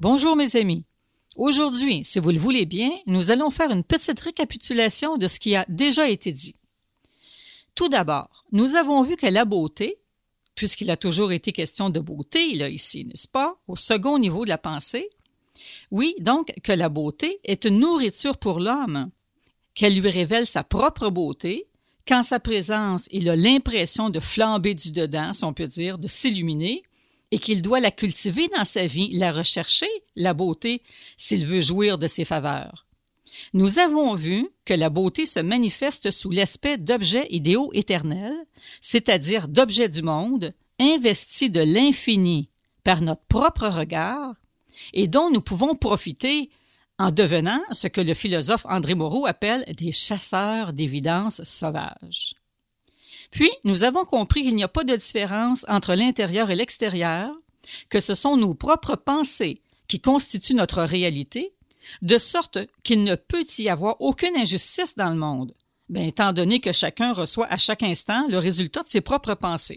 Bonjour mes amis. Aujourd'hui, si vous le voulez bien, nous allons faire une petite récapitulation de ce qui a déjà été dit. Tout d'abord, nous avons vu que la beauté, puisqu'il a toujours été question de beauté là ici, n'est-ce pas, au second niveau de la pensée, oui, donc que la beauté est une nourriture pour l'homme, qu'elle lui révèle sa propre beauté, qu'en sa présence, il a l'impression de flamber du dedans, si on peut dire, de s'illuminer, et qu'il doit la cultiver dans sa vie, la rechercher, la beauté, s'il veut jouir de ses faveurs. Nous avons vu que la beauté se manifeste sous l'aspect d'objets idéaux éternels, c'est-à-dire d'objets du monde, investis de l'infini par notre propre regard, et dont nous pouvons profiter en devenant ce que le philosophe André Moreau appelle des chasseurs d'évidences sauvages. Puis, nous avons compris qu'il n'y a pas de différence entre l'intérieur et l'extérieur, que ce sont nos propres pensées qui constituent notre réalité, de sorte qu'il ne peut y avoir aucune injustice dans le monde, étant donné que chacun reçoit à chaque instant le résultat de ses propres pensées.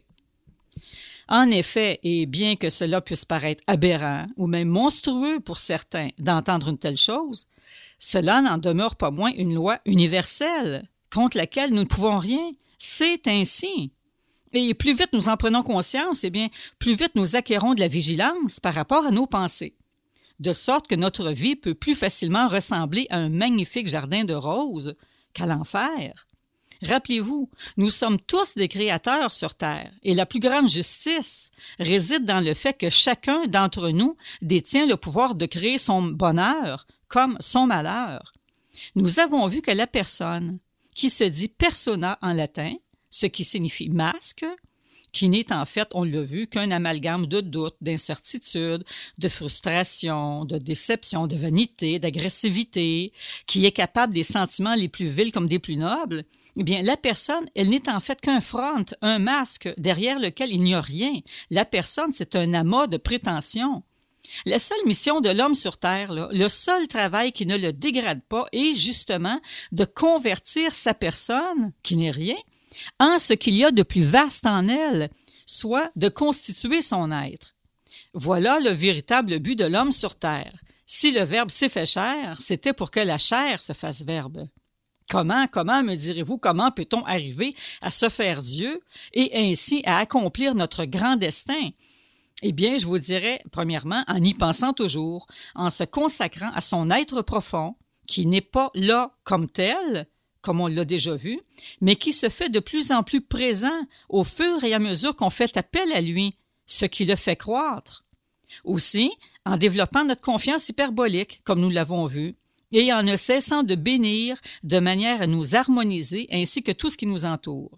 En effet, et bien que cela puisse paraître aberrant ou même monstrueux pour certains d'entendre une telle chose, cela n'en demeure pas moins une loi universelle contre laquelle nous ne pouvons rien. C'est ainsi. Et plus vite nous en prenons conscience, plus vite nous acquérons de la vigilance par rapport à nos pensées, de sorte que notre vie peut plus facilement ressembler à un magnifique jardin de roses qu'à l'enfer. Rappelez-vous, nous sommes tous des créateurs sur terre, et la plus grande justice réside dans le fait que chacun d'entre nous détient le pouvoir de créer son bonheur comme son malheur. Nous avons vu que la personne qui se dit persona en latin, ce qui signifie masque, qui n'est en fait, on l'a vu, qu'un amalgame de doute, d'incertitude, de frustration, de déception, de vanité, d'agressivité, qui est capable des sentiments les plus vils comme des plus nobles, la personne, elle n'est en fait qu'un front, un masque derrière lequel il n'y a rien. La personne, c'est un amas de prétention. La seule mission de l'homme sur Terre, le seul travail qui ne le dégrade pas est justement de convertir sa personne, qui n'est rien, en ce qu'il y a de plus vaste en elle, soit de constituer son être. Voilà le véritable but de l'homme sur Terre. Si le Verbe s'est fait chair, c'était pour que la chair se fasse Verbe. Comment, me direz-vous, comment peut-on arriver à se faire Dieu et ainsi à accomplir notre grand destin? Je vous dirais, premièrement, en y pensant toujours, en se consacrant à son être profond, qui n'est pas là comme tel, comme on l'a déjà vu, mais qui se fait de plus en plus présent au fur et à mesure qu'on fait appel à lui, ce qui le fait croître. Aussi, en développant notre confiance hyperbolique, comme nous l'avons vu, et en ne cessant de bénir de manière à nous harmoniser ainsi que tout ce qui nous entoure.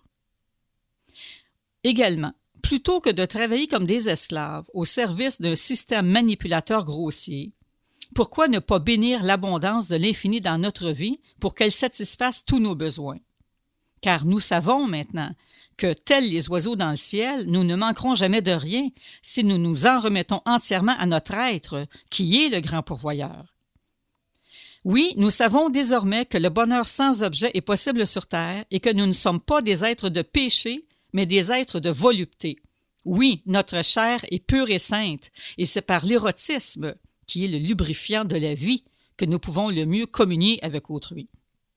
Également, plutôt que de travailler comme des esclaves au service d'un système manipulateur grossier, pourquoi ne pas bénir l'abondance de l'infini dans notre vie pour qu'elle satisfasse tous nos besoins? Car nous savons maintenant que, tels les oiseaux dans le ciel, nous ne manquerons jamais de rien si nous nous en remettons entièrement à notre être, qui est le grand pourvoyeur. Oui, nous savons désormais que le bonheur sans objet est possible sur terre et que nous ne sommes pas des êtres de péché, mais des êtres de volupté. Oui, notre chair est pure et sainte, et c'est par l'érotisme, qui est le lubrifiant de la vie, que nous pouvons le mieux communier avec autrui.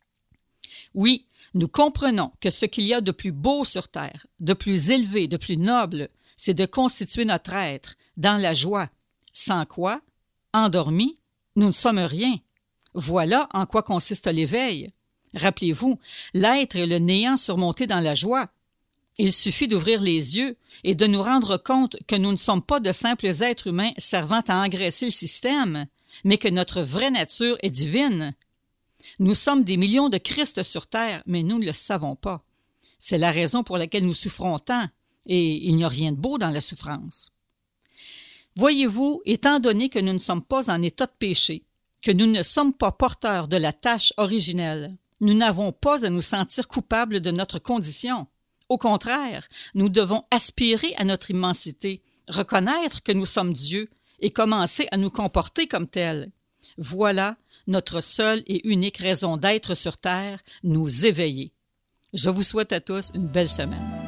Oui, nous comprenons que ce qu'il y a de plus beau sur terre, de plus élevé, de plus noble, c'est de constituer notre être dans la joie, sans quoi, endormis, nous ne sommes rien. Voilà en quoi consiste l'éveil. Rappelez-vous, l'être est le néant surmonté dans la joie. Il suffit d'ouvrir les yeux et de nous rendre compte que nous ne sommes pas de simples êtres humains servant à engraisser le système, mais que notre vraie nature est divine. Nous sommes des millions de Christ sur terre, mais nous ne le savons pas. C'est la raison pour laquelle nous souffrons tant, et il n'y a rien de beau dans la souffrance. Voyez-vous, étant donné que nous ne sommes pas en état de péché, que nous ne sommes pas porteurs de la tâche originelle, nous n'avons pas à nous sentir coupables de notre condition. Au contraire, nous devons aspirer à notre immensité, reconnaître que nous sommes Dieu et commencer à nous comporter comme tels. Voilà notre seule et unique raison d'être sur terre, nous éveiller. Je vous souhaite à tous une belle semaine.